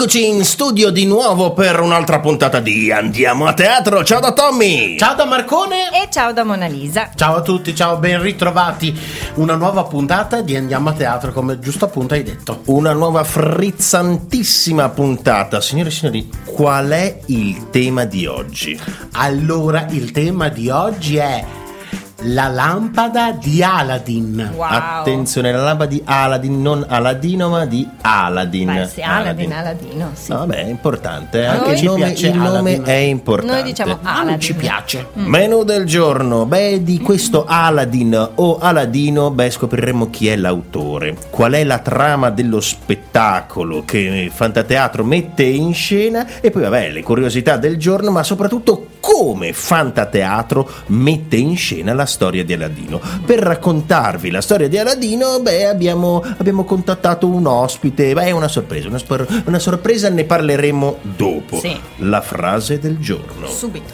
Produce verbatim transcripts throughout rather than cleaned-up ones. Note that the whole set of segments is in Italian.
Eccoci in studio di nuovo per un'altra puntata di Andiamo a Teatro. Ciao da Tommy. Ciao da Marcone. E ciao da Mona Lisa. Ciao a tutti, ciao, ben ritrovati. Una nuova puntata di Andiamo a Teatro, come giusto appunto hai detto. Una nuova frizzantissima puntata. Signore e signori, qual è il tema di oggi? Allora, il tema di oggi è la lampada di Aladdin. Wow. Attenzione, la lampada di Aladdin, non Aladino ma di Aladdin. Beh, sì, Aladdin, Aladino, sì. No, vabbè, è importante, A anche noi il ci nome, piace il nome Aladdin. è importante. Noi diciamo A Aladdin. noi ci piace. Mm. Menù del giorno, beh, di questo Aladdin o Aladino, beh, scopriremo chi è l'autore, qual è la trama dello spettacolo che Fantateatro mette in scena e poi, vabbè, le curiosità del giorno, ma soprattutto come Fantateatro mette in scena la storia di Aladino. Per raccontarvi la storia di Aladino, beh, abbiamo, abbiamo contattato un ospite, beh, è una sorpresa, una, spor- una sorpresa, ne parleremo dopo. Sì. La frase del giorno. Subito.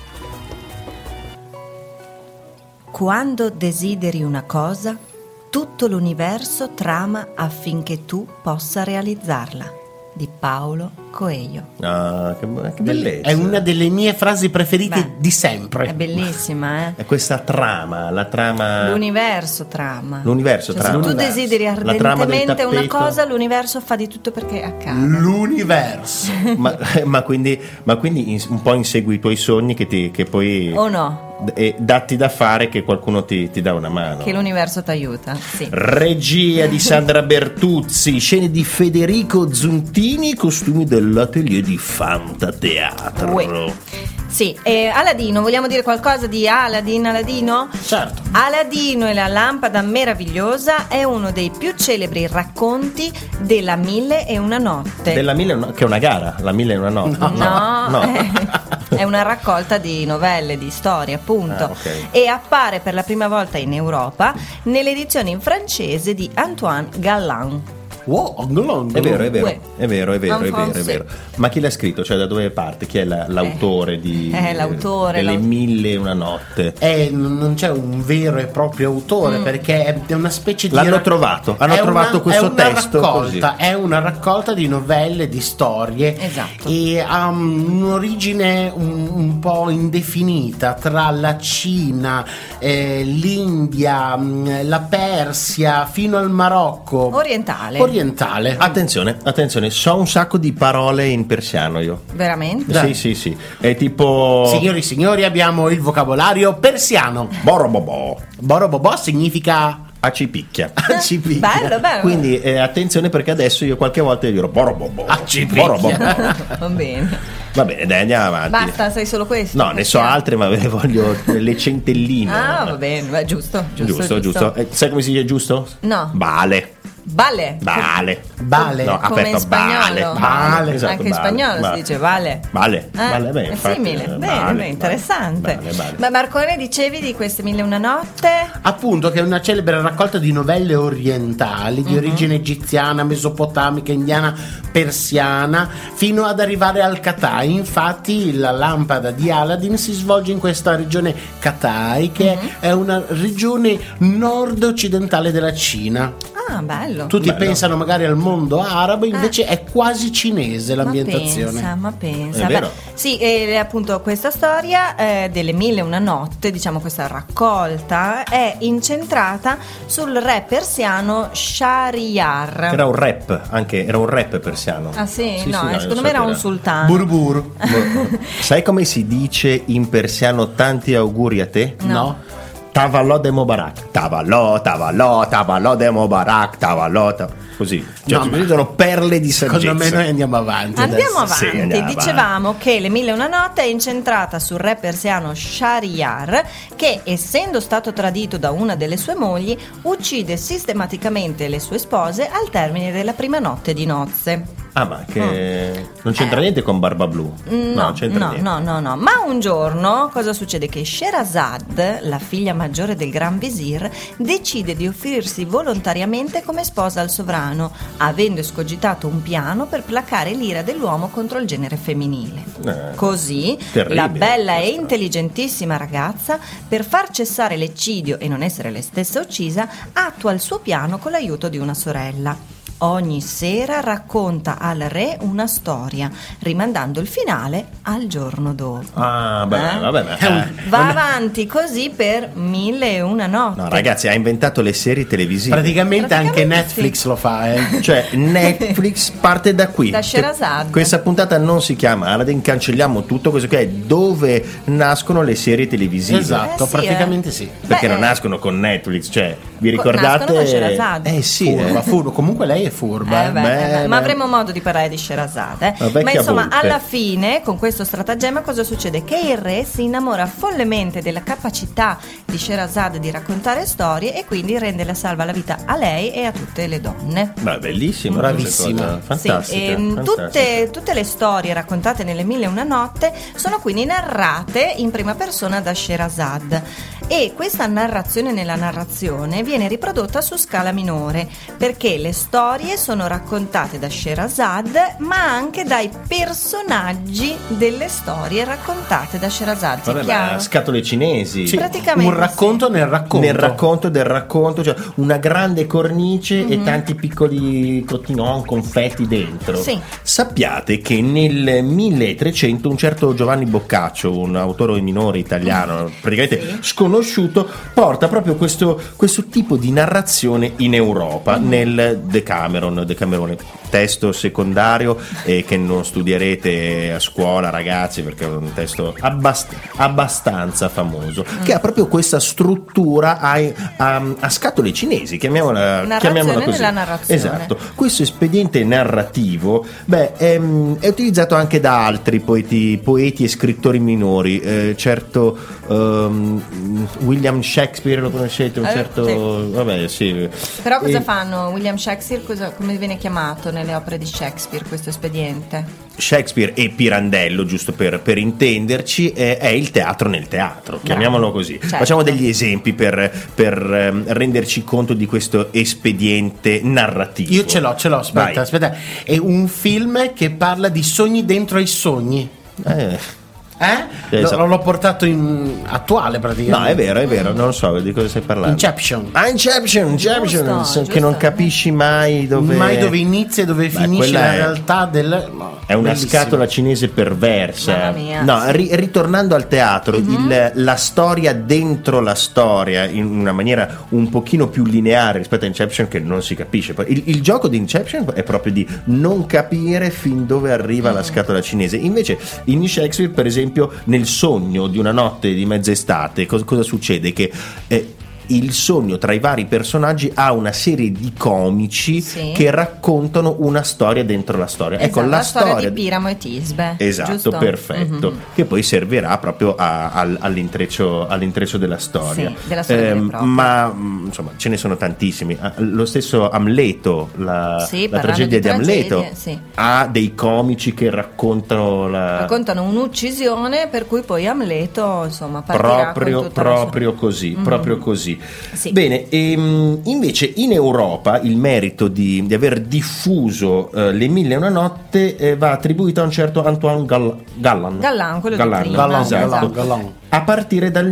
Quando desideri una cosa, tutto l'universo trama affinché tu possa realizzarla. Di Paulo Coelho. Ah, che, che bellezza. È una delle mie frasi preferite Beh, di sempre. È bellissima, eh? È questa trama, la trama. L'universo trama. L'universo Cioè, trama. se tu L'universo. desideri La trama del ardentemente una tappeto. cosa, l'universo fa di tutto perché accada. L'universo. ma, ma quindi, ma quindi in- un po' insegui i tuoi sogni che, ti, che poi. O no? E datti da fare che qualcuno ti, ti dà una mano. Che l'universo ti aiuta. Sì. Regia di Sandra Bertuzzi, scene di Federico Zuntini, costumi dell'atelier di Fantateatro. Uè. Sì, e Aladino, vogliamo dire qualcosa di Aladdin, Aladino? Certo. Aladino e la lampada meravigliosa è uno dei più celebri racconti della Mille e una notte. Della mille, e una- che è una gara, la mille e una notte. No, no. è una raccolta di novelle, di storie, appunto. Ah, ok. E appare per la prima volta in Europa nell'edizione in francese di Antoine Galland. Wow, no, È vero, è vero, Uè. è vero, è vero, è En vero, è français. vero. Ma chi l'ha scritto? Cioè, da dove parte? Chi è la- l'autore di eh, l'autore, delle l'aut- mille e una notte? È, non c'è un vero e proprio autore, perché è una specie di L'hanno rac- trovato, hanno è trovato una- questo è una testo raccolta, così. è una raccolta di novelle, di storie. Esatto. E ha um, un'origine un, un po' indefinita tra la Cina, eh, l'India, mh, la Persia fino al Marocco Orientale. orientale. Attenzione, attenzione, so un sacco di parole in persiano io. Veramente? Dai. Sì, sì, sì. È tipo Signori e signori, abbiamo il vocabolario persiano. Borobobo, Borobobò significa a cipicchia. ci picchia. Bello, bello. Quindi eh, attenzione, perché adesso io qualche volta dirò borobobo. A cipicchia. Borobobo. Va bene. Va bene, dai, andiamo avanti. Basta, sai solo questo? No, ne so altre, ma ve le voglio le centelline. Ah, va bene, va, giusto, giusto, Giusto, giusto. Eh, sai come si dice giusto? No. Vale. Vale. Vale. Bale. No, Come aperto, in spagnolo. vale. Vale, Esatto, Anche in vale, spagnolo vale. si dice vale. Vale, Eh, vale, beh, è infatti, simile, eh, bene, vale, bene, interessante. vale, vale. Ma Marcone, dicevi di queste Mille e una notte? Appunto, che è una celebre raccolta di novelle orientali di origine egiziana, mesopotamica, indiana, persiana, fino ad arrivare al Katai. Infatti la lampada di Aladdin si svolge in questa regione Katai, che è una regione nord-occidentale della Cina. Ah, bello. Tutti Bello. pensano magari al mondo arabo, invece è quasi cinese l'ambientazione. Ma pensa, ma pensa. È vero. Beh, sì, e appunto questa storia eh, delle Mille e una notte, diciamo questa raccolta, è incentrata sul re persiano Shahryar. Era un rap, anche era un rap persiano. Ah sì? Sì, no, sì, eh, io secondo so me era che un sultano. Burburu. Sai come si dice in persiano tanti auguri a te? No. Tavalò de Mubarak. Tavalò, tavalò, tavalò de Mubarak, tavalò. ta- Così. Cioè, No, ci ma- sono perle di saggezza. Secondo me noi andiamo avanti. Andiamo adesso. avanti, Sì, andiamo dicevamo che le Mille e una notte è incentrata sul re persiano Shahryar che, essendo stato tradito da una delle sue mogli, uccide sistematicamente le sue spose al termine della prima notte di nozze. Ah, ma che non c'entra niente con Barba Blu. No, non c'entra no, niente. no, no, no. Ma un giorno cosa succede? Che Sherazad, la figlia maggiore del Gran Visir, decide di offrirsi volontariamente come sposa al sovrano, avendo escogitato un piano per placare l'ira dell'uomo contro il genere femminile. Eh, Così, terribile la bella e questa. intelligentissima ragazza, per far cessare l'eccidio e non essere lei stessa uccisa, attua il suo piano con l'aiuto di una sorella. Ogni sera racconta al re una storia, rimandando il finale al giorno dopo. Ah, beh, Eh? vabbè, beh, eh. Va avanti così per mille e una notte. No, ragazzi, ha inventato le serie televisive. Praticamente, anche Praticamente Netflix sì. lo fa, eh. Cioè, Netflix parte da qui. Da Sherazade. Che- Questa puntata non si chiama Aladdin, cancelliamo tutto. Questo qui è dove nascono le serie televisive. Esatto, Eh sì, praticamente sì. Perché Beh, non nascono con Netflix, cioè, vi Co- ricordate? nascono con Sherazade. Eh sì, Furba, eh. furba. Comunque lei è furba. Eh beh, beh, eh beh. beh. Ma avremo modo di parlare di Sherazade. eh. La vecchia Ma insomma, volpe. alla fine, con questo stratagemma, cosa succede? Che il re si innamora follemente della capacità di Sherazade di raccontare storie e quindi rende la salva la vita a lei e a tutte le donne. Beh, bellissimo, Bravissima. questa cosa. Fantastica, Sì, ehm, fantastica. tutte, tutte le storie raccontate nelle Mille e una notte sono quindi narrate in prima persona da Sherazade, e questa narrazione nella narrazione viene riprodotta su scala minore perché le storie sono raccontate da Sherazade ma anche dai personaggi delle storie raccontate da Sherazade. Ti è Vabbè, chiaro? ma scatole cinesi. Sì, praticamente un racconto nel racconto. Nel racconto del racconto, cioè una grande cornice e tanti piccoli cottinon, confetti dentro. Sì. Sappiate che nel milletrecento un certo Giovanni Boccaccio, un autore minore italiano, praticamente sconosciuto, porta proprio questo, questo tipo di narrazione in Europa nel Decameron, Decamerone, testo secondario eh, che non studierete a scuola, ragazzi, perché è un testo abbast- abbastanza famoso, che ha proprio questa struttura a, a, a scatole cinesi, chiamiamola, Narrazione chiamiamola così. nella narrazione. Esatto. Questo espediente narrativo, beh, è, è utilizzato anche da altri poeti, poeti e scrittori minori. Eh, certo, ehm, William Shakespeare lo conoscete? Un Eh, certo, sì. vabbè, sì. Però cosa E- fanno William Shakespeare? Cosa- come viene chiamato nelle opere di Shakespeare questo espediente? Shakespeare e Pirandello, giusto per, per intenderci, è, è il teatro nel teatro, chiamiamolo così. Certo. Facciamo degli esempi per, per ehm, renderci conto di questo espediente narrativo. Io ce l'ho, ce l'ho, aspetta, Vai. aspetta. È un film che parla di sogni dentro ai sogni. Eh. Eh? Eh, Lo- so- l'ho portato in attuale praticamente. No, è vero, è vero, non so di cosa stai parlando. Inception. Ah, Inception, Inception, Giusto, che non giusto. capisci mai dove Mai dove inizia e dove Beh, finisce quella la è- realtà del. no, È una bellissimo. scatola cinese perversa. Mamma mia, No, sì. ri- ritornando al teatro, il- la storia dentro la storia in una maniera un pochino più lineare rispetto a Inception, che non si capisce. Poi Il, il gioco di Inception è proprio di non capire fin dove arriva la scatola cinese. Invece in Shakespeare, per esempio, nel sogno di una notte di mezz'estate, cos- cosa succede? Che eh, il sogno tra i vari personaggi ha una serie di comici Sì. che raccontano una storia dentro la storia. Ecco, Esatto, la, la storia, di Piramo e Tisbe. Esatto, giusto? perfetto. Mhm. Che poi servirà proprio a- al- all'intreccio, all'intreccio della storia. Sì, della storia vera e Ehm, propria. ma mh, insomma, ce ne sono tantissimi. Ah, Lo stesso Amleto, la, Sì, la parlando tragedia di di, Amleto, tragedie, sì. ha dei comici che raccontano la. Raccontano un'uccisione per cui poi Amleto, insomma, partirà Proprio, con tutta la sua- proprio così, proprio così. Sì. Bene, ehm, invece in Europa il merito di, di aver diffuso eh, le Mille e una notte eh, va attribuito a un certo Antoine Gall- Galland. Galland, quello di Galland, prima, Galland, esatto. Galland, Galland. A partire dal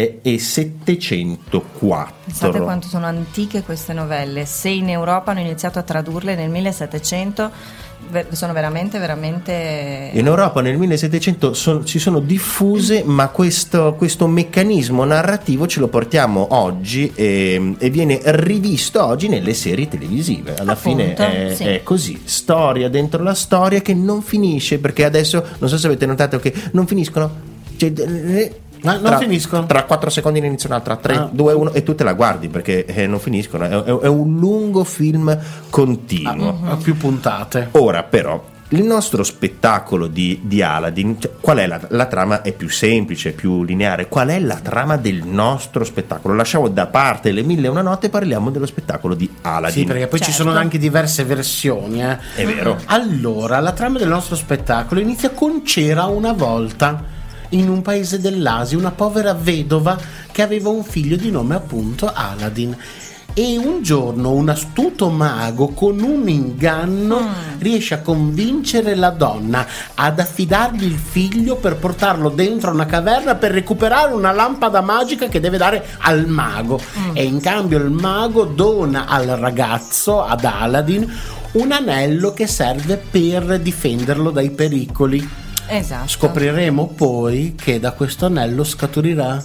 millesettecentoquattro. Pensate quanto sono antiche queste novelle. Se in Europa hanno iniziato a tradurle nel millesettecento, ve- sono veramente, veramente. In Europa nel millesettecento son- si sono diffuse, ma questo, questo meccanismo narrativo ce lo portiamo oggi e, e viene rivisto oggi nelle serie televisive. Alla fine Appunto, è, sì. è così, storia dentro la storia che non finisce, perché adesso non so se avete notato che non finiscono. Cioè, eh, Ah, non tra- finiscono? Tra quattro secondi ne inizia un'altra, tre, Ah. due, uno e tu te la guardi perché eh, non finiscono. È, è- è un lungo film continuo. Ha più puntate. Ora però il nostro spettacolo di, di Aladdin, cioè, qual è la, la trama? È più semplice, più lineare. Qual è la trama del nostro spettacolo? Lasciamo da parte le Mille e una notte e parliamo dello spettacolo di Aladdin. Sì, perché poi ci Certo. sono anche diverse versioni. Eh. È vero. Allora, la trama del nostro spettacolo inizia con C'era una volta in un paese dell'Asia una povera vedova che aveva un figlio di nome appunto Aladdin. E un giorno un astuto mago con un inganno riesce a convincere la donna ad affidargli il figlio per portarlo dentro una caverna per recuperare una lampada magica che deve dare al mago. E in cambio il mago dona al ragazzo, ad Aladdin, un anello che serve per difenderlo dai pericoli. Esatto. Scopriremo poi che da questo anello scaturirà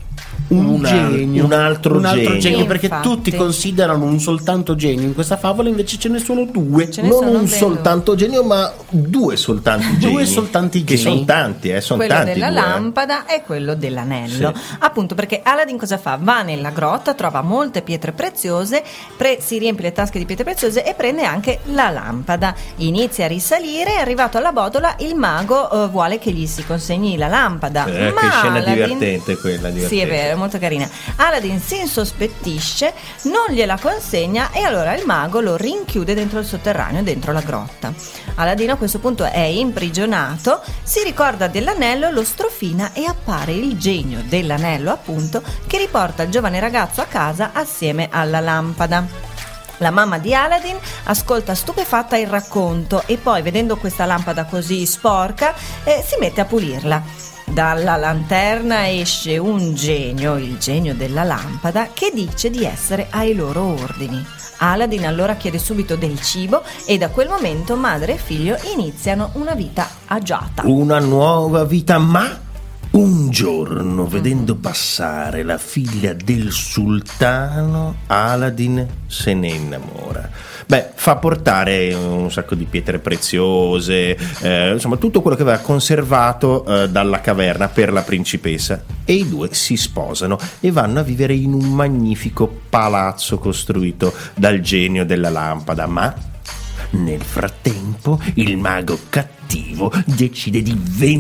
un, Un al- genio, un altro genio. perché Infatti. tutti considerano un soltanto genio in questa favola, invece ce ne sono due. Ce ne Non sono un ben soltanto genio, ma due soltanto geni. Due soltanti Che geni. sono tanti, eh, sono Quello tanti. della due, eh. lampada e quello dell'anello. Sì. Appunto, perché Aladdin cosa fa? Va nella grotta, trova molte pietre preziose, pre- si riempie le tasche di pietre preziose e prende anche la lampada. Inizia a risalire, è arrivato alla botola, il mago eh, vuole che gli si consegni la lampada. Eh, ma che scena Aladdin- divertente quella, divertente. Sì, è vero, è molto carina. Aladdin si insospettisce, non gliela consegna e allora il mago lo rinchiude dentro il sotterraneo, dentro la grotta. Aladdin a questo punto è imprigionato, si ricorda dell'anello, lo strofina e appare il genio dell'anello, appunto, che riporta il giovane ragazzo a casa assieme alla lampada. La mamma di Aladdin ascolta stupefatta il racconto e poi, vedendo questa lampada così sporca, eh, si mette a pulirla. Dalla lanterna esce un genio, il genio della lampada, che dice di essere ai loro ordini. Aladdin allora chiede subito del cibo e da quel momento madre e figlio iniziano una vita agiata. Una nuova vita, ma un giorno, vedendo passare la figlia del sultano, Aladdin se ne innamora. Beh, fa portare un sacco di pietre preziose, eh, insomma tutto quello che aveva conservato eh, dalla caverna per la principessa, e i due si sposano e vanno a vivere in un magnifico palazzo costruito dal genio della lampada. Ma nel frattempo il mago cattivo decide di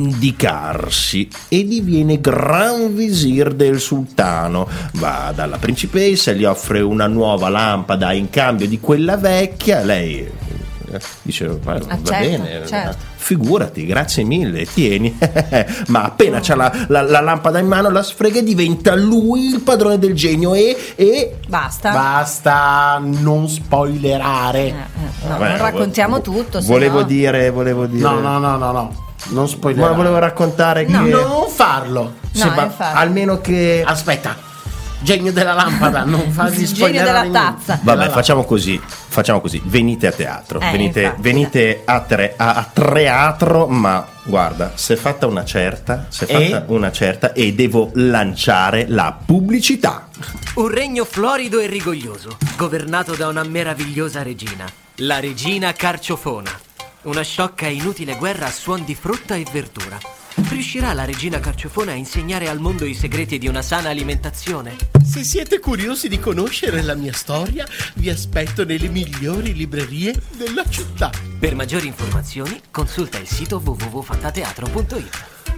vendicarsi e diviene gran visir del sultano. Va dalla principessa, gli offre una nuova lampada in cambio di quella vecchia. Lei eh, dice va, va Accetta, bene, certo. figurati, grazie mille, tieni. Ma appena c'ha la, la, la lampada in mano, la sfrega e diventa lui il padrone del genio e... e Basta. Basta non spoilerare. Eh, eh, no, Vabbè, non raccontiamo vo- tutto. se Volevo no- dire, volevo dire. No, no, no, no, no. Non Ma spoilerare. volevo raccontare No. che Non farlo. se No, va- infatti. almeno che Aspetta. Genio della lampada, non fargli Il genio spoilerare della niente. tazza. Vabbè, Della facciamo così, facciamo così, venite a teatro, Eh, venite, infatti, venite a, tre, a, a teatro, ma guarda, se è fatta una certa, se è E? fatta una certa e devo lanciare la pubblicità. Un regno florido e rigoglioso, governato da una meravigliosa regina, la regina Carciofona. Una sciocca e inutile guerra a suon di frutta e verdura. Riuscirà la regina Carciofona a insegnare al mondo i segreti di una sana alimentazione? Se siete curiosi di conoscere la mia storia, vi aspetto nelle migliori librerie della città. Per maggiori informazioni, consulta il sito w w w punto fantateatro punto i t.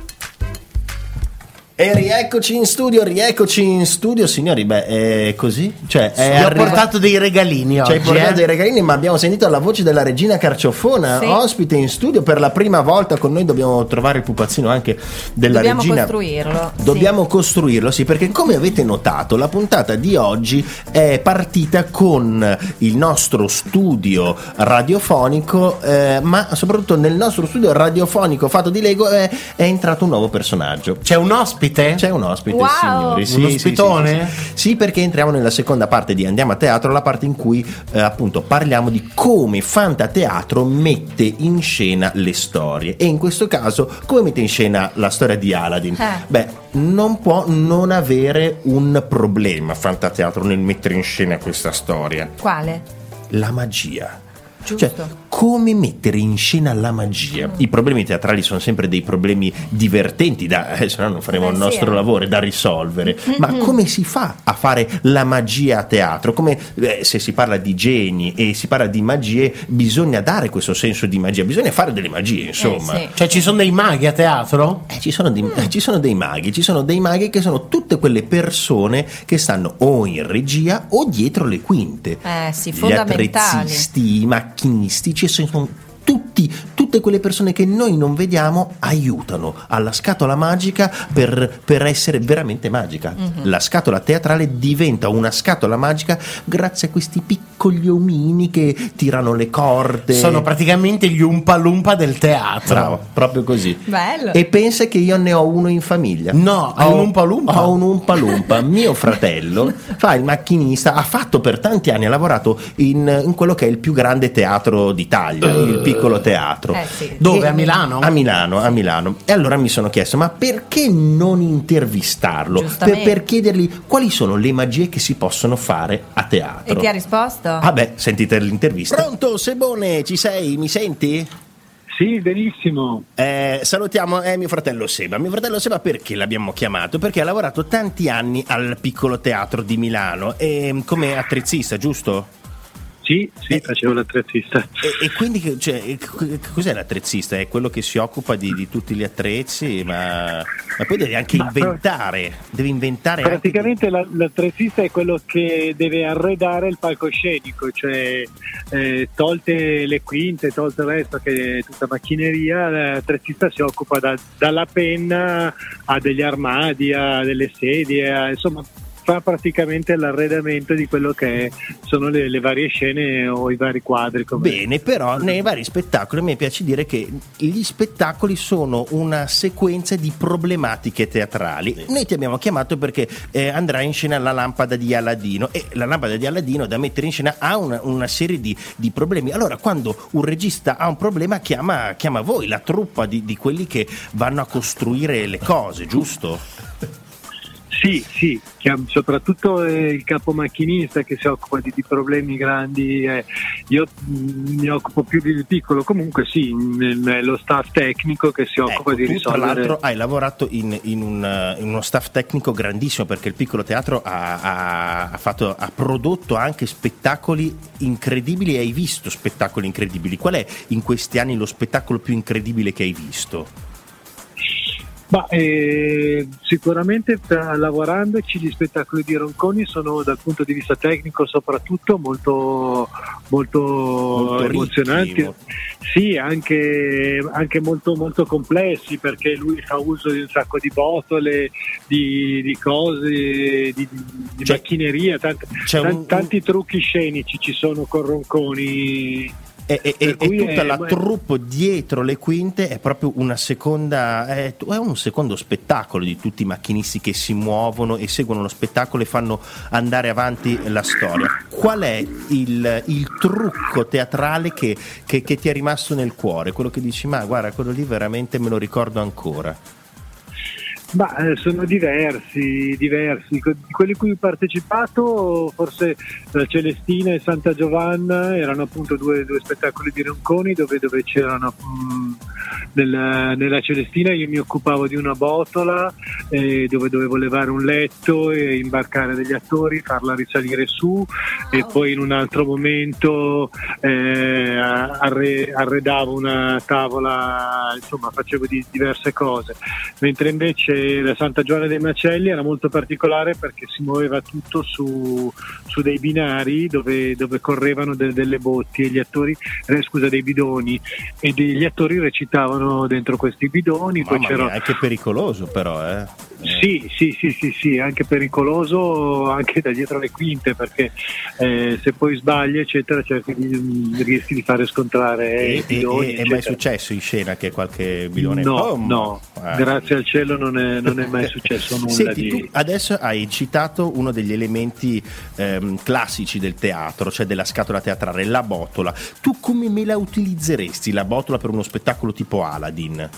E rieccoci in studio, rieccoci in studio, signori, beh, è così? Cioè, è Vi ho arriva- portato dei regalini Ci hai oggi. portato eh? dei regalini, ma abbiamo sentito la voce della regina Carciofona, Sì. ospite in studio per la prima volta con noi. Dobbiamo trovare il pupazzino anche della Dobbiamo regina. costruirlo, sì. Dobbiamo costruirlo, sì, perché come avete notato, la puntata di oggi è partita con il nostro studio radiofonico, eh, ma soprattutto nel nostro studio radiofonico fatto di Lego è, è entrato un nuovo personaggio. C'è un ospite? C'è un ospite, Wow! signori. Sì, Un sì, ospitone? Sì, sì, sì. Sì, perché entriamo nella seconda parte di Andiamo a Teatro, la parte in cui eh, appunto parliamo di come Fantateatro mette in scena le storie. E in questo caso, come mette in scena la storia di Aladdin? Eh. Beh, non può non avere un problema Fantateatro nel mettere in scena questa storia: Quale? la magia. Giusto. Cioè, come mettere in scena la magia? I problemi teatrali sono sempre dei problemi divertenti, da, eh, se no non faremo Eh, il sì, nostro eh. lavoro, da risolvere. Ma come si fa a fare la magia a teatro? Come eh, se si parla di geni e si parla di magie, bisogna dare questo senso di magia, bisogna fare delle magie, insomma. Eh, sì. Cioè ci sono dei maghi a teatro? Eh, ci, sono dei, eh, ci sono dei maghi, ci sono dei maghi che sono tutte quelle persone che stanno o in regia o dietro le quinte. Eh sì, Gli fondamentali. attrezzisti, i macchinisti, ci sono tutti, tutte quelle persone che noi non vediamo aiutano alla scatola magica per, per essere veramente magica. La scatola teatrale diventa una scatola magica grazie a questi piccoli piccoli omini che tirano le corde. Sono praticamente gli Umpa Lumpa del teatro. Bravo, proprio così. Bello. E pensa che io ne ho uno in famiglia. No, hai un Umpa Lumpa? Ho un Umpa Lumpa. Mio fratello fa il macchinista, ha fatto per tanti anni, ha lavorato in, in quello che è il più grande teatro d'Italia, uh, il Piccolo Teatro. Eh sì. Dove? E, a Milano? A Milano, a Milano. E allora mi sono chiesto, ma perché non intervistarlo? Per, per chiedergli quali sono le magie che si possono fare a teatro. E ti ha risposto? Ah beh, sentite l'intervista. Pronto, Sebone, ci sei? Mi senti? Sì, benissimo. Eh, salutiamo eh, mio fratello Seba. Mio fratello Seba perché l'abbiamo chiamato? Perché ha lavorato tanti anni al Piccolo Teatro di Milano e, come attrezzista, giusto? Sì, sì, Eh, facevo l'attrezzista. E, e quindi che- cioè, eh, c- cos'è l'attrezzista? È quello che si occupa di, di tutti gli attrezzi, ma, ma poi devi anche Ma- inventare, devi inventare anche Praticamente la- l'attrezzista è quello che deve arredare il palcoscenico, cioè eh, tolte le quinte, tolto il resto che è tutta macchineria, l'attrezzista si occupa da- dalla penna a degli armadi, a delle sedie, a- insomma fa praticamente l'arredamento di quello che sono le, le varie scene o i vari quadri. Come... Bene, però nei vari spettacoli a me piace dire che gli spettacoli sono una sequenza di problematiche teatrali. Noi ti abbiamo chiamato perché eh, andrà in scena la lampada di Aladino e la lampada di Aladino da mettere in scena ha una, una serie di, di problemi. Allora quando un regista ha un problema chiama, chiama voi, la truppa di, di quelli che vanno a costruire le cose, giusto? Sì, sì, chiam- soprattutto eh, il capomacchinista che si occupa di, di problemi grandi, eh, io mh, mi occupo più di piccolo, comunque sì, mh, è lo staff tecnico che si occupa Ecco, di tu risolvere. tra l'altro hai lavorato in, in un, in uno staff tecnico grandissimo perché il Piccolo Teatro ha, ha- ha fatto, ha prodotto anche spettacoli incredibili e hai visto spettacoli incredibili. Qual è in questi anni lo spettacolo più incredibile che hai visto? Ma eh, sicuramente per- lavorandoci gli spettacoli di Ronconi sono dal punto di vista tecnico soprattutto molto, molto, Molto ricchi, emozionanti, molto- sì, anche, anche molto, molto complessi perché lui fa uso di un sacco di botole, di, di cose, di, di Cioè, macchineria, tanti, c'è tan- un- tanti trucchi scenici ci sono con Ronconi. E, e- Per e- cui e tutta è- la troupe dietro le quinte è proprio una seconda, è, è un secondo spettacolo di tutti i macchinisti che si muovono e seguono lo spettacolo e fanno andare avanti la storia. Qual è il, il trucco teatrale che, che- che ti è rimasto nel cuore? Quello che dici, ma guarda, quello lì veramente me lo ricordo ancora. Ma eh, sono diversi, diversi. Que- Di quelli a cui ho partecipato, forse la Celestina e Santa Giovanna erano appunto due, due spettacoli di Ronconi dove, dove c'erano mh, nella, nella Celestina io mi occupavo di una botola eh, dove dovevo levare un letto e imbarcare degli attori, farla risalire su e poi in un altro momento eh, arre- arredavo una tavola, insomma facevo di, diverse cose, mentre invece la Santa Giovanna dei Macelli era molto particolare perché si muoveva tutto su, su dei binari dove, dove correvano de- delle botti e gli attori, eh, scusa, dei bidoni e gli attori recitavano dentro questi bidoni. Poi Mamma c'era mia, è anche pericoloso però, eh. sì, sì, sì, sì, sì, anche pericoloso anche da dietro le quinte perché eh, se poi sbagli eccetera cerchi di, rischi di fare scontrare E, i e- bidoni. e- è mai eccetera. successo in scena che qualche bidone No, boom? no, Eh. grazie al cielo non è, non è mai successo nulla. Senti, di... tu adesso hai citato uno degli elementi ehm, classici del teatro, cioè della scatola teatrale, la botola. Tu come me la utilizzeresti la botola per uno spettacolo tipo Aladdin?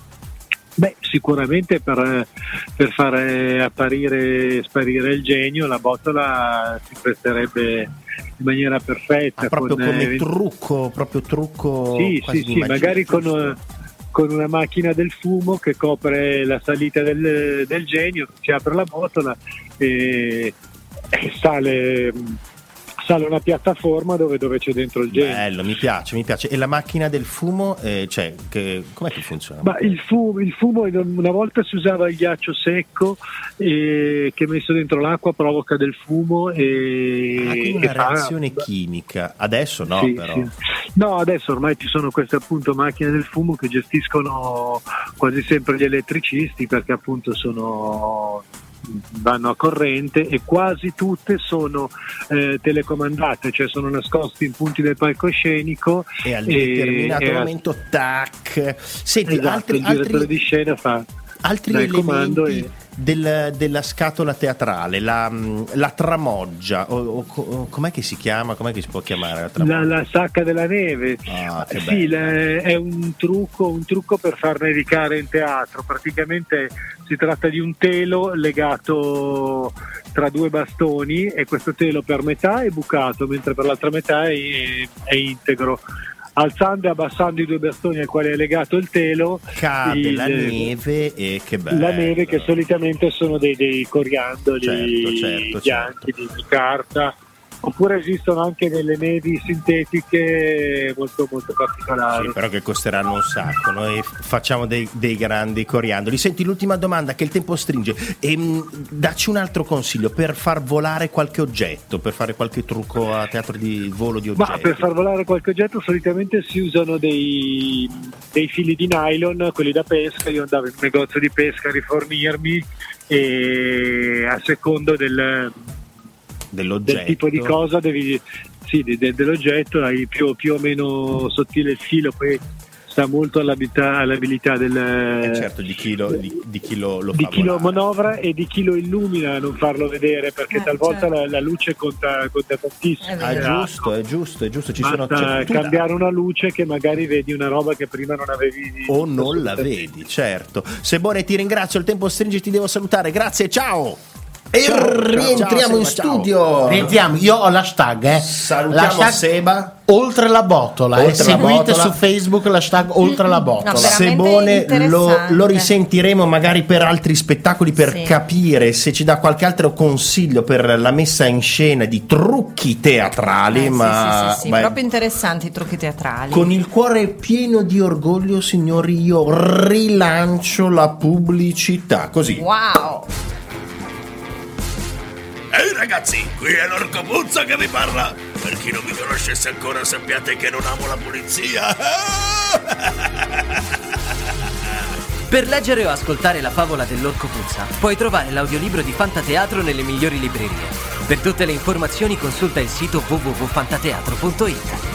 Beh, sicuramente per, per fare apparire e sparire il genio la botola si presterebbe in maniera perfetta. Ah, proprio con, come eh, trucco, proprio trucco Sì, quasi sì, di sì, magia, magari con, giusto? con una macchina del fumo che copre la salita del, del genio, si apre la botola e, e sale, sale una piattaforma dove, dove c'è dentro il genio. Bello, mi piace, mi piace. E la macchina del fumo, eh, cioè, che, com'è che funziona? Ma il fumo, il fumo una volta si usava il ghiaccio secco eh, che messo dentro l'acqua provoca del fumo e, Ah, quindi e una fa- reazione chimica. Adesso no, Sì, però. sì. No, adesso ormai ci sono queste appunto macchine del fumo che gestiscono quasi sempre gli elettricisti perché appunto sono vanno a corrente e quasi tutte sono eh, telecomandate, cioè sono nascosti in punti del palcoscenico e al e, determinato e momento tac. Senti, esatto, altri, il direttore altri, di scena fa altri dal elementi comando e... del, della scatola teatrale, la, la tramoggia, o, o, o com'è che si chiama? Com'è che si può chiamare la tramoggia? La, la sacca della neve. Ah, che sì, bello. la, è un trucco, un trucco per far nevicare in teatro. Praticamente si tratta di un telo legato tra due bastoni e questo telo per metà è bucato, mentre per l'altra metà è, è integro. Alzando e abbassando i due bastoni ai quali è legato il telo Cade il, la neve e che bello. la neve, che solitamente sono dei, dei coriandoli Certo, certo, bianchi di, di carta, oppure esistono anche delle nevi sintetiche molto molto particolari. Sì, però che costeranno un sacco. Noi facciamo dei, dei grandi coriandoli. Senti, l'ultima domanda, che il tempo stringe. Ehm, dacci un altro consiglio per far volare qualche oggetto, per fare qualche trucco a teatro di volo di oggetti. Ma per far volare qualche oggetto solitamente si usano dei, dei fili di nylon, quelli da pesca. Io andavo in un negozio di pesca a rifornirmi e a secondo del, dell'oggetto, del tipo di cosa devi, sì, de, de, dell'oggetto hai più, più o meno sottile il filo, poi sta molto all'abilità, all'abilità del eh certo, di chi lo, di, di chi lo, lo di fa chi lo volare. manovra e di chi lo illumina a non farlo vedere, perché Eh, talvolta certo. la, la luce conta, conta tantissimo. È Ah, è vero. giusto, è giusto, è giusto. Ci sono Basta c'è- tu- cambiare una luce che magari vedi una roba che prima non avevi o non la vedi, certo. Sebone, ti ringrazio, il tempo stringe, ti devo salutare. Grazie, ciao. E Ciao, rientriamo ciao, in Seba, studio. Rientriamo, io ho l'hashtag, eh. Salutiamo L'hashtag Seba. Oltre la botola, Oltre eh. la Seguite botola. su Facebook l'hashtag Oltre la botola. No, veramente Sebone lo, interessante. lo risentiremo magari per altri spettacoli per Sì. capire se ci dà qualche altro consiglio per la messa in scena di trucchi teatrali. Eh, sì, ma sì, sì, sì, ma- proprio interessanti i trucchi teatrali. con il cuore pieno di orgoglio, signori, io rilancio la pubblicità. Così. Wow! Ehi ragazzi, qui è l'Orco Puzza che vi parla. Per chi non mi conoscesse ancora, sappiate che non amo la pulizia. Per leggere o ascoltare la favola dell'Orco Puzza, puoi trovare l'audiolibro di Fantateatro nelle migliori librerie. Per tutte le informazioni consulta il sito w w w punto fantateatro punto i t.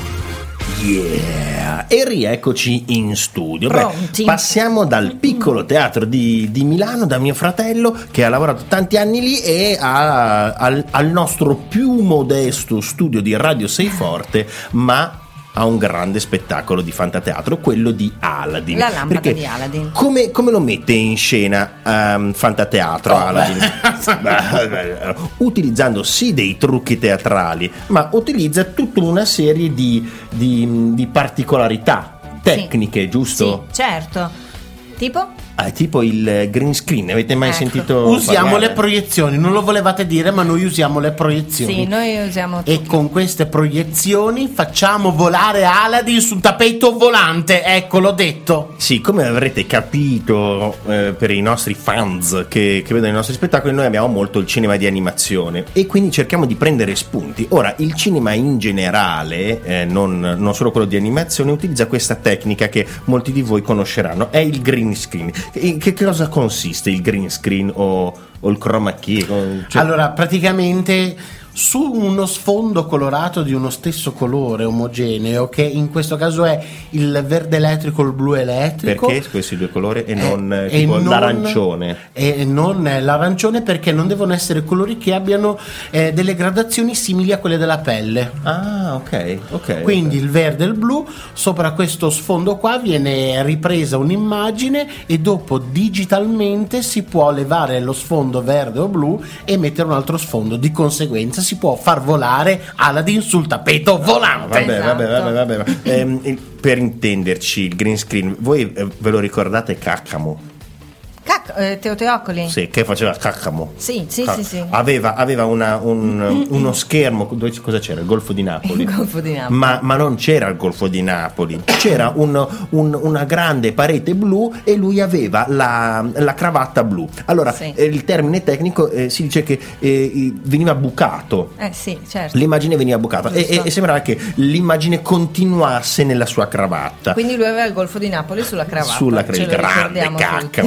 Yeah! E rieccoci in studio. Beh, Pronti? passiamo dal piccolo teatro di, di Milano, da mio fratello che ha lavorato tanti anni lì, e a- al, al nostro più modesto studio di Radio Sei Forte, ma a un grande spettacolo di fantateatro, quello di Aladdin. La lampada Perché di Aladdin. Come, come lo mette in scena um, fantateatro Oh, Aladdin? Beh, beh, utilizzando sì dei trucchi teatrali, ma utilizza tutta una serie di, di, di particolarità tecniche, giusto? Sì, certo. Tipo? Ah, tipo il green screen, avete mai Ecco. sentito Usiamo parlare? le proiezioni, non lo volevate dire, ma noi usiamo le proiezioni. Sì, noi usiamo E con queste proiezioni facciamo volare Aladdin su un tappeto volante, ecco, l'ho detto. Sì, come avrete capito, eh, per i nostri fans che, che vedono i nostri spettacoli, noi abbiamo molto il cinema di animazione e quindi cerchiamo di prendere spunti. Ora, il cinema in generale, eh, non, non solo quello di animazione, utilizza questa tecnica che molti di voi conosceranno, è il green screen. In che cosa consiste il green screen o, o il chroma key? Cioè- Allora, praticamente su uno sfondo colorato di uno stesso colore omogeneo, che in questo caso è il verde elettrico, il blu elettrico. Perché questi due colori e non eh, e tipo non- l'arancione? E non l'arancione, perché non devono essere colori che abbiano eh, delle gradazioni simili a quelle della pelle. Ah, ok, ok. Quindi il verde e il blu, sopra questo sfondo qua viene ripresa un'immagine e dopo digitalmente si può levare lo sfondo verde o blu e mettere un altro sfondo. Di conseguenza si può far volare Aladdin sul tappeto volante. Vabbè, Esatto. vabbè, vabbè, vabbè. Ehm, il- per intenderci, il green screen, voi eh, ve lo ricordate Caccamo? Cac- eh, Teoteocoli? Sì, che faceva Caccamo. Sì, sì, Ca- sì, sì. Aveva, aveva una- un- uno schermo, dove c- cosa c'era? Il Golfo di Napoli. Il Golfo di Napoli. Ma, ma non c'era il Golfo di Napoli, c'era un- un- una grande parete blu e lui aveva la, la cravatta blu. Allora, Sì. eh, il termine tecnico eh, si dice che eh, veniva bucato. Eh sì, certo. L'immagine veniva bucata e, Giusto. e- e sembrava che l'immagine continuasse nella sua cravatta. Quindi lui aveva il Golfo di Napoli sulla cravatta. Sulla Ce il lo grande ricordiamo cacca, tutti. ma ce lo ricordiamo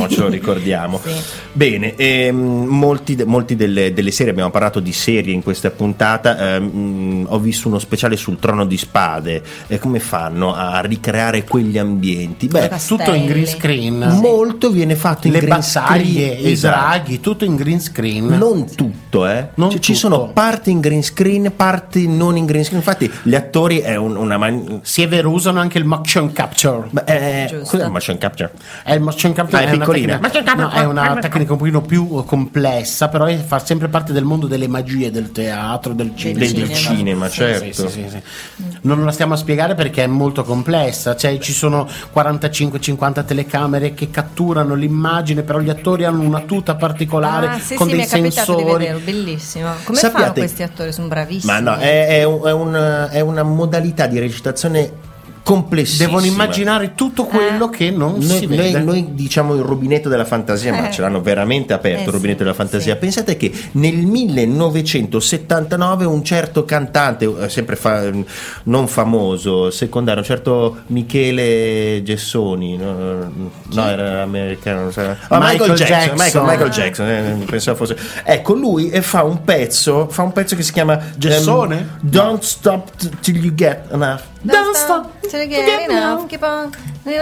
ricordiamo. Sì. Bene, ehm, molti, de- molti delle, delle serie, abbiamo parlato di serie in questa puntata, ehm, ho visto uno speciale sul Trono di Spade, e come fanno a ricreare quegli ambienti? Beh, tutto in green screen. molto viene fatto in Le green battaglie, screen, i esatto. draghi, tutto in green screen. Non tutto, eh. Non Cioè, ci tutto. sono parti in green screen, parti non in green screen. Infatti, gli attori è un- una man- Si è vero, usano anche il motion capture. Beh, eh, Giusto. cos'è il motion capture? È il motion capture Ah, è è, una piccolina. tecnica, no, è una tecnica un pochino più complessa, però è- fa sempre parte del mondo delle magie del teatro, del cinema. Del, del cinema, Sì, certo. sì, sì, sì. Non la stiamo a spiegare perché è molto complessa, cioè ci sono quarantacinque cinquanta telecamere che catturano l'immagine, però gli attori hanno una tuta particolare Ah, sì, con sì, dei mi è capitato di sensori. vederlo, bellissimo. Come Sappiate- fanno questi attori? Sono bravissimi. Ma no, è, è un- è un- è una modalità di recitazione complessissima. Devono immaginare tutto quello che non Noi, si vede. noi, noi diciamo il rubinetto della fantasia, ma Eh. ce l'hanno veramente aperto Eh, il rubinetto sì, della fantasia. sì. Pensate che nel millenovecentosettantanove un certo cantante, eh, sempre fa- non famoso, secondario, un certo Michele Gessoni, no, no era americano, non so. Ah, Michael, Michael Jackson, Jackson. Michael, Michael Ah. Jackson, eh, pensavo fosse. Ecco, lui eh, fa un pezzo, fa un pezzo che si chiama Gessone? ehm, Don't Stop t- Till You Get Enough. Don't stop till you get enough, keep on.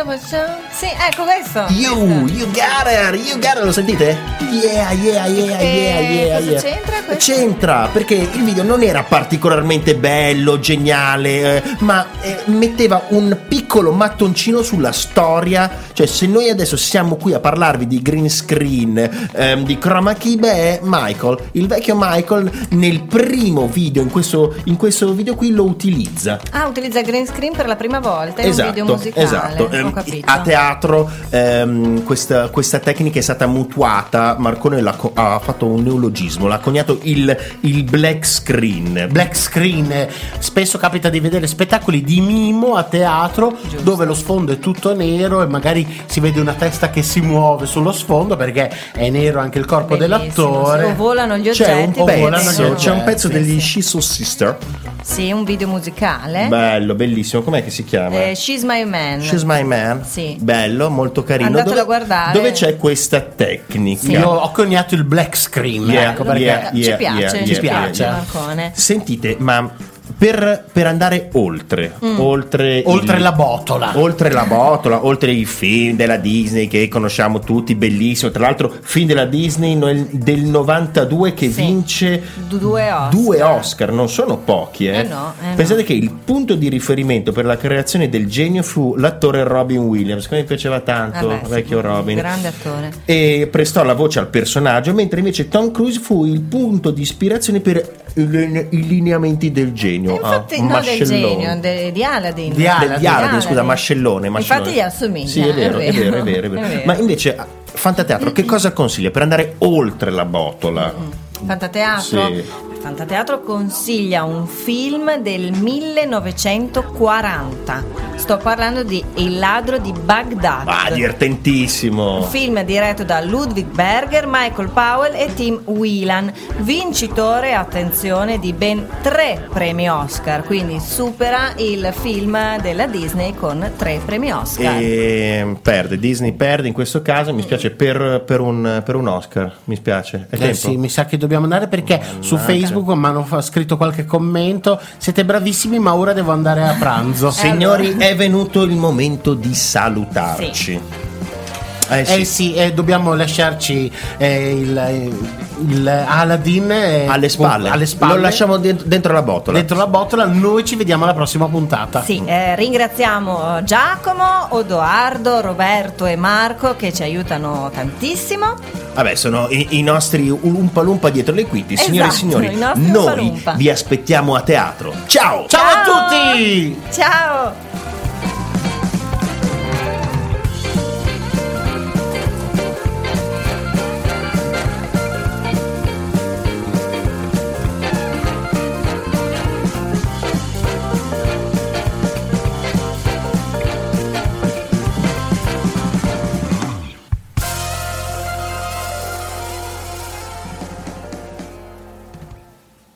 Sì, ecco questo. You, you got it, you got it, lo sentite? Yeah, yeah, yeah, E yeah, yeah, cosa yeah. c'entra questo? C'entra, perché il video non era particolarmente bello, geniale, eh, ma eh, metteva un piccolo mattoncino sulla storia. Cioè, se noi adesso siamo qui a parlarvi di green screen, ehm, di chroma key, beh, Michael, il vecchio Michael, nel primo video, in questo, in questo video qui, lo utilizza. Ah, utilizza green screen per la prima volta in un video Esatto, musicale. esatto. Ho Ehm, capito. a teatro ehm, questa, questa tecnica è stata mutuata. Marcone l'ha co- ha fatto un neologismo, l'ha coniato il, il black screen. Black screen, eh, spesso capita di vedere spettacoli di mimo a teatro Giusto. dove lo sfondo è tutto nero e magari si vede una testa che si muove sullo sfondo perché è nero anche il corpo Bellissimo, dell'attore. sì, o volano gli C'è un, oggetti. o quindi volano gli pezzo, vengono- c'è un pezzo Sì, degli sì. Shiso Sister. Sì, un video musicale. Bello, bellissimo. Com'è che si chiama? Eh, She's My Man. She's My Man. Sì. Bello, molto carino. Andatelo Dove, a guardare. dove c'è questa tecnica? Sì. Io ho coniato il black screen, Yeah, ecco perché yeah, ci piace, yeah, ci yeah, piace yeah. Marcone. Sentite, ma per, per andare oltre, Mm. oltre, oltre il- la botola. oltre la botola, oltre i film della Disney che conosciamo tutti, bellissimo. Tra l'altro, film della Disney nel- del novantadue che Sì. vince Du- due Oscar. due Oscar, non sono pochi, eh. Eh no, eh Pensate no. che il punto di riferimento per la creazione del genio fu l'attore Robin Williams, che mi piaceva tanto, Vabbè, sì, vecchio Robin. grande attore. E prestò la voce al personaggio, mentre invece Tom Cruise fu il punto di ispirazione per i, i lineamenti del genio. E infatti, Ah, no, del mascellone. genio, de- di Aladdin. Di Aladdin. Del- di Aladdin, scusa, mascellone, mascellone. Infatti gli assomiglia. Sì, è vero, è vero, è vero, è vero. È vero. Ma invece, a- Fantateatro, che cosa consiglia per andare oltre la botola? Fantateatro? Sì. Fantateatro consiglia un film del millenovecentoquaranta. Sto parlando di Il ladro di Baghdad. Ah, Un divertentissimo. film diretto da Ludwig Berger, Michael Powell e Tim Whelan, vincitore, attenzione, di ben tre premi Oscar, quindi supera il film della Disney con tre premi Oscar. E perde, Disney perde in questo caso, mi spiace per, per un, per un Oscar, mi spiace. È Eh tempo? sì, mi sa che dobbiamo andare perché su Facebook mi hanno fa- scritto qualche commento. Siete bravissimi, ma ora devo andare a pranzo. Signori, è venuto il momento di salutarci. Eh sì. Eh sì, eh, dobbiamo lasciarci eh, il, il Aladdin eh, alle spalle. alle spalle. Lo lasciamo dentro, dentro la botola. dentro la botola. Noi ci vediamo alla prossima puntata. Sì, eh, ringraziamo Giacomo, Odoardo, Roberto e Marco che ci aiutano tantissimo. Vabbè, sono i, i nostri Umpa Lumpa dietro le quinte. Signore e Esatto, signori, i nostri Umpa noi Lumpa. vi aspettiamo a teatro. Ciao! Ciao a Ciao! tutti! Ciao!